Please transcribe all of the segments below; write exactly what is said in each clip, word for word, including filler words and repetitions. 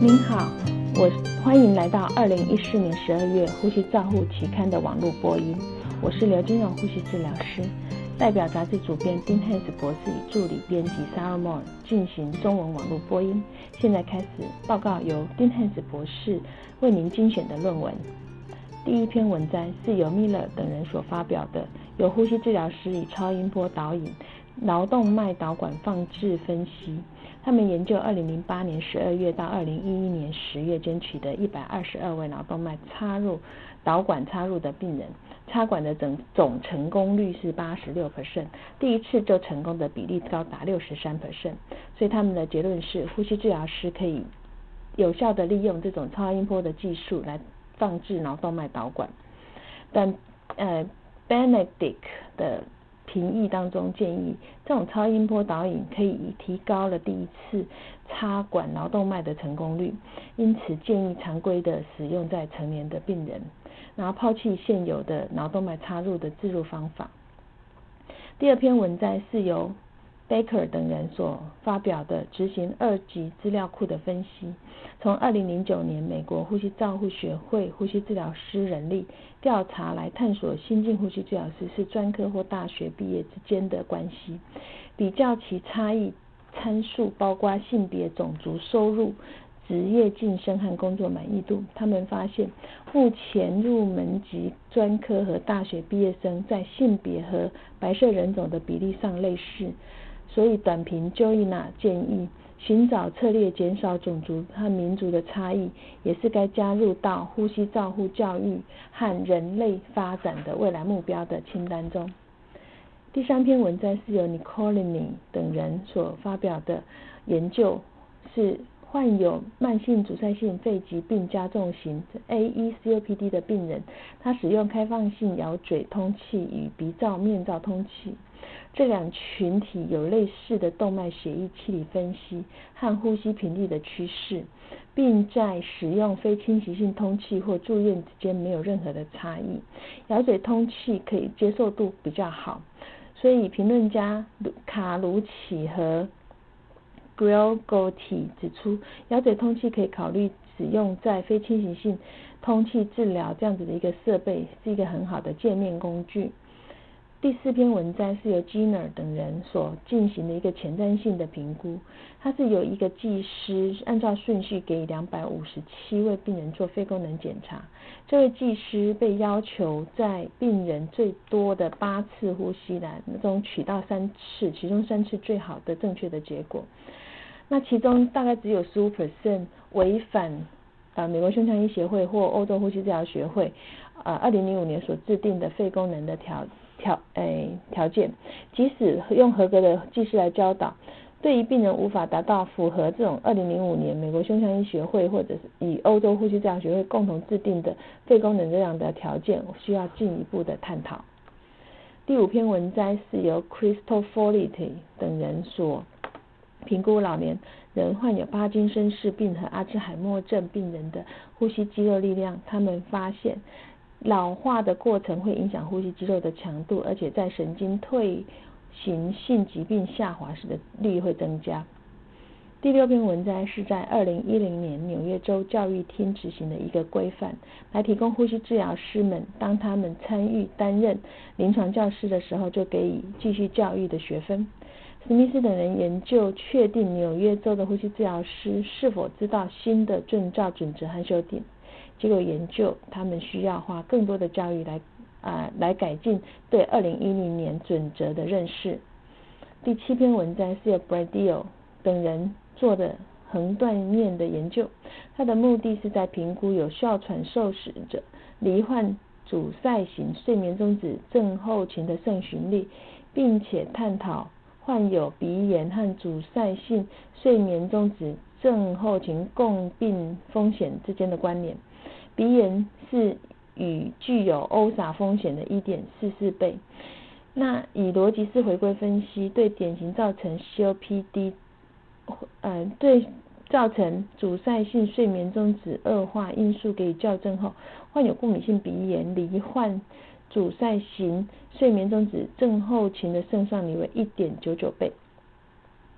您好，我欢迎来到二零一四年十二月呼吸照护期刊的网络播音。我是刘金荣呼吸治疗师，代表杂志主编丁汉斯博士与助理编辑 Sarah Moore 进行中文网络播音。现在开始报告由丁汉斯博士为您精选的论文。第一篇文章是由 Miller 等人所发表的，由呼吸治疗师以超音波导引脑动脉导管放置分析。他们研究二零零八年十二月到二零一一年十月间取得一百二十二位脑动脉插入导管插入的病人，插管的总总成功率是 百分之八十六， 第一次就成功的比例高达 百分之六十三， 所以他们的结论是呼吸治疗师可以有效的利用这种超音波的技术来放置脑动脉导管。但呃 Benedict 的评议当中建议，这种超音波导引可以提高了第一次插管脑动脉的成功率，因此建议常规的使用在成年的病人，然后抛弃现有的脑动脉插入的置入方法。第二篇文章是由 Baker 等人所发表的执行二级资料库的分析，从二零零九年美国呼吸照护学会呼吸治疗师人力调查来探索新进呼吸治疗师是专科或大学毕业之间的关系，比较其差异参数包括性别、种族、收入、职业晋升和工作满意度。他们发现目前入门级专科和大学毕业生在性别和白色人种的比例上类似，所以短评 Joanna 建议寻找策略减少种族和民族的差异，也是该加入到呼吸照护教育和人类发展的未来目标的清单中。第三篇文章是由 Nicolini 等人所发表的研究，是患有慢性阻塞性肺疾病加重型 A E C O P D 的病人，他使用开放性咬嘴通气与鼻罩面罩通气。这两群体有类似的动脉血液气体分析和呼吸频率的趋势，并在使用非侵袭性通气或住院之间没有任何的差异。咬嘴通气可以接受度比较好，所以评论家卡鲁奇和 Grigotti 指出，咬嘴通气可以考虑使用在非侵袭性通气治疗这样子的一个设备，是一个很好的界面工具。第四篇文章是由 Giner 等人所进行的一个前瞻性的评估，它是由一个技师按照顺序给两百五十七位病人做肺功能检查，这位技师被要求在病人最多的八次呼吸来中取到三次，其中三次最好的正确的结果。那其中大概只有 百分之十五 违反呃美国胸腔医协会或欧洲呼吸治疗学会呃二零零五年所制定的肺功能的条条诶条件，即使用合格的技师来教导，对于病人无法达到符合这种二零零五年美国胸腔医学会或者是以欧洲呼吸治疗学会共同制定的肺功能这样的条件，需要进一步的探讨。第五篇文章是由 Cristoforetti 等人所评估老年人患有帕金森氏病和阿兹海默症病人的呼吸肌肉力量，他们发现老化的过程会影响呼吸肌肉的强度，而且在神经退行性疾病下滑时的率会增加。第六篇文章是在二零一零年纽约州教育厅执行的一个规范，来提供呼吸治疗师们当他们参与担任临床教师的时候就给予继续教育的学分。史密斯等人研究确定纽约州的呼吸治疗师是否知道新的证照准则和修订，结果研究他们需要花更多的教育来啊、呃、来改进对二零一零年准则的认识。第七篇文章是由 Bradio 等人做的横断面的研究，它的目的是在评估有哮喘受试者罹患阻塞型睡眠中止症候群的盛行率，并且探讨患有鼻炎和阻塞性睡眠中止症候群共病风险之间的关联。鼻炎是与具有 O S A 风险的 一点四四 倍。那以逻辑式回归分析，对典型造成 C O P D 呃对造成阻塞性睡眠中止恶化因素给予校正后，患有过敏性鼻炎罹患阻塞型睡眠中止症候群的胜算率为 一点九九 倍。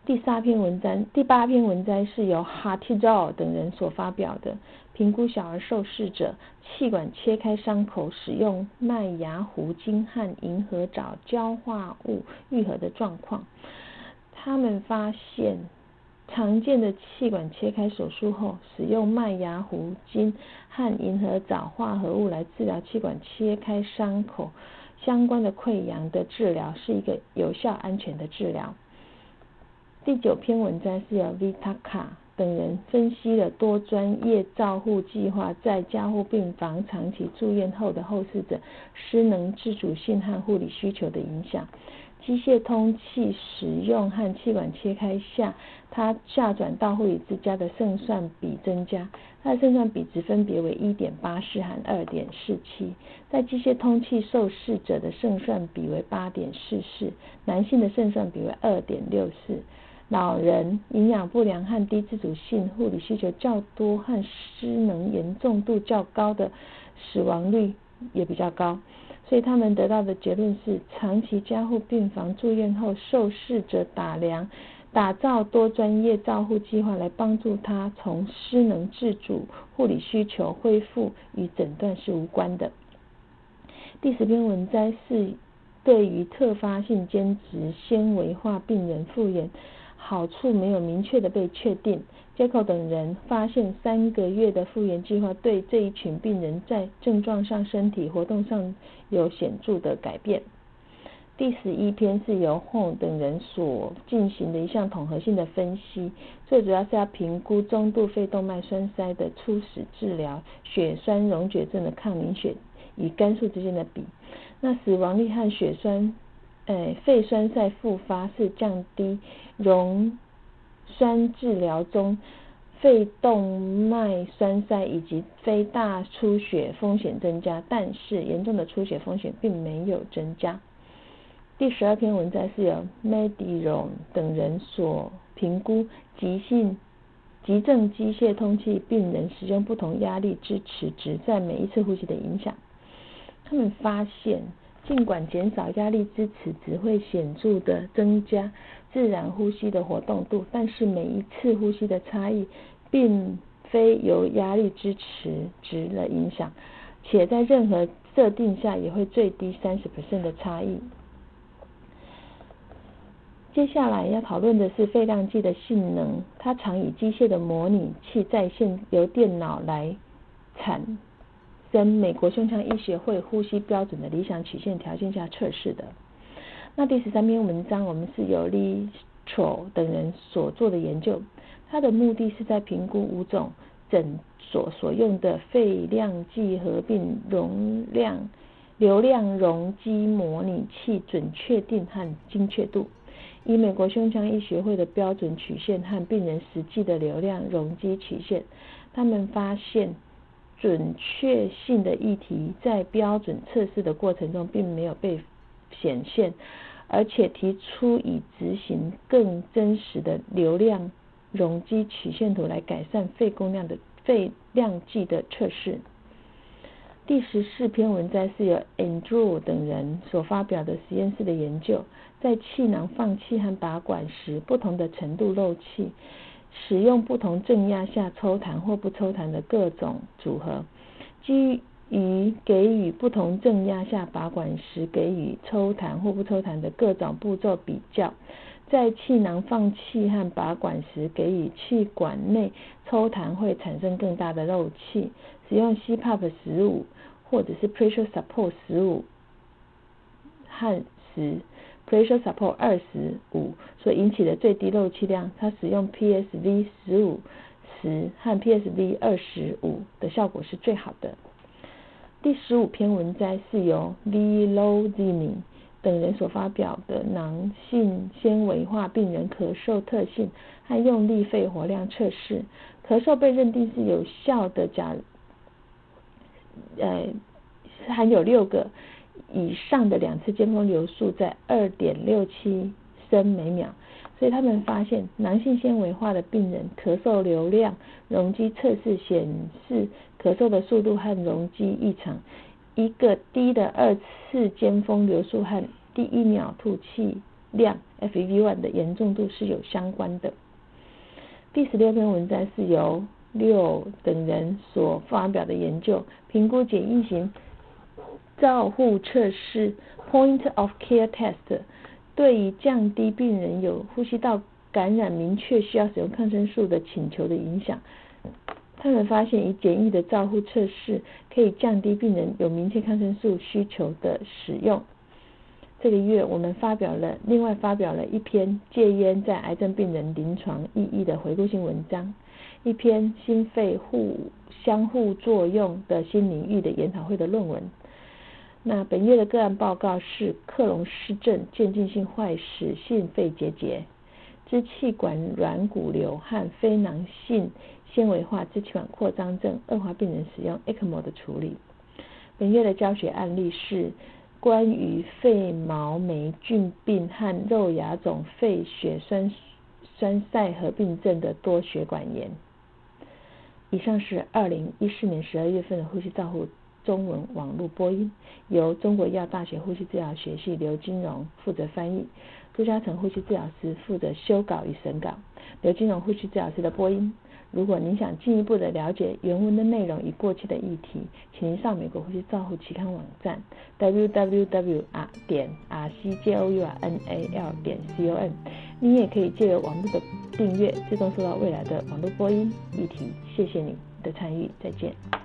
第三篇文章，第八篇文章是由 Hatizal 等人所发表的，评估小儿受试者气管切开伤口使用麦芽糊精和银河藻胶化物愈合的状况。他们发现，常见的气管切开手术后，使用麦芽糊精和银河藻化合物来治疗气管切开伤口相关的溃疡的治疗是一个有效安全的治疗。第九篇文章是由 Vitaka 等人分析了多专业照护计划在加护病房长期住院后的后事者失能自主性和护理需求的影响。机械通气使用和气管切开下，他下转到护理之家的胜算比增加，他的胜算比值分别为 一点八四 和 二点四七， 在机械通气受试者的胜算比为 八点四四， 男性的胜算比为 二点六四。老人、营养不良和低自主性护理需求较多和失能严重度较高的死亡率也比较高，所以他们得到的结论是，长期加护病房住院后，受试者打量打造多专业照护计划来帮助他从失能自主护理需求恢复与诊断是无关的。第十篇文摘是对于特发性间质纤维化病人复原好处没有明确的被确定。杰克等人发现三个月的复原计划对这一群病人在症状上、身体活动上有显著的改变。第十一篇是由 Hong 等人所进行的一项统合性的分析，最主要是要评估中度肺动脉栓塞的初始治疗、血栓溶解症的抗凝血与肝素之间的比。那死亡率和血栓呃，肺栓塞复发是降低溶栓治疗中肺动脉栓塞以及非大出血风险增加，但是严重的出血风险并没有增加。第十二篇文章是由 Mediron 等人所评估急性急症机械通气病人使用不同压力支持值在每一次呼吸的影响。他们发现，尽管减少压力支持值会显著的增加自然呼吸的活动度，但是每一次呼吸的差异并非由压力支持值的影响，且在任何设定下也会最低 百分之三十 的差异。接下来要讨论的是肺量计的性能，它常以机械的模拟器在线由电脑来产生美国胸腔医学会呼吸标准的理想曲线条件下测试的。那第十三篇文章我们是由 Littrow 等人所做的研究，它的目的是在评估五种诊所所用的肺量计合并容量流量容积模拟器准确定和精确度，以美国胸腔医学会的标准曲线和病人实际的流量容积曲线，他们发现准确性的议题在标准测试的过程中并没有被显现，而且提出以执行更真实的流量容积曲线图来改善肺供量的肺量计的测试。第十四篇文章是由 Andrew 等人所发表的实验室的研究，在气囊放气和拔管时不同的程度漏气，使用不同正压下抽痰或不抽痰的各种组合，基于给予不同正压下拔管时给予抽痰或不抽痰的各种步骤比较，在气囊放气和拔管时给予气管内抽痰会产生更大的漏气，使用 C P A P 十五 或者是 Pressure Support 十五和十 Pressure Support 二十五所引起的最低漏气量，它使用 P S V 十五、十和 P S V 二十五的效果是最好的。第十五篇文摘是由 Vilozini 等人所发表的囊性纤维化病人咳嗽特性和用力肺活量测试。咳嗽被认定是有效的假呃含有六个以上的两次尖峰流速在 二点六七升每秒，所以他们发现囊性纤维化的病人咳嗽流量容积测试显示咳嗽的速度和容积异常，一个低的二次尖峰流速和第一秒吐气量 F E V 一 的严重度是有相关的。第十六篇文章是由六等人所发表的研究，评估简易型照护测试 Point of Care Test 对于降低病人有呼吸道感染明确需要使用抗生素的请求的影响。他们发现，以简易的照护测试可以降低病人有明确抗生素需求的使用。这个月，我们发表了另外发表了一篇戒烟在癌症病人临床意义的回顾性文章，一篇心肺互相互作用的新领域的研讨会的论文。那本月的个案报告是克隆氏症渐进性坏死性肺结节、支气管软骨瘤和非囊性纤维化支气管扩张症恶化病人使用 E C M O 的处理。本月的教学案例是关于肺毛霉菌病和肉芽肿肺血栓栓塞合并症的多血管炎。以上是二零一四年十二月份的呼吸照护中文网络播音，由中国医药大学呼吸治疗学系刘金荣负责翻译，朱嘉诚呼吸治疗师负责修稿与审稿，刘金荣呼吸治疗师的播音。如果您想进一步的了解原文的内容与过去的议题，请您上美国呼吸照护期刊网站 double-u double-u double-u 点 r c journal 点 com。你也可以借由网络的订阅，自动收到未来的网络播音议题。谢谢你的参与，再见。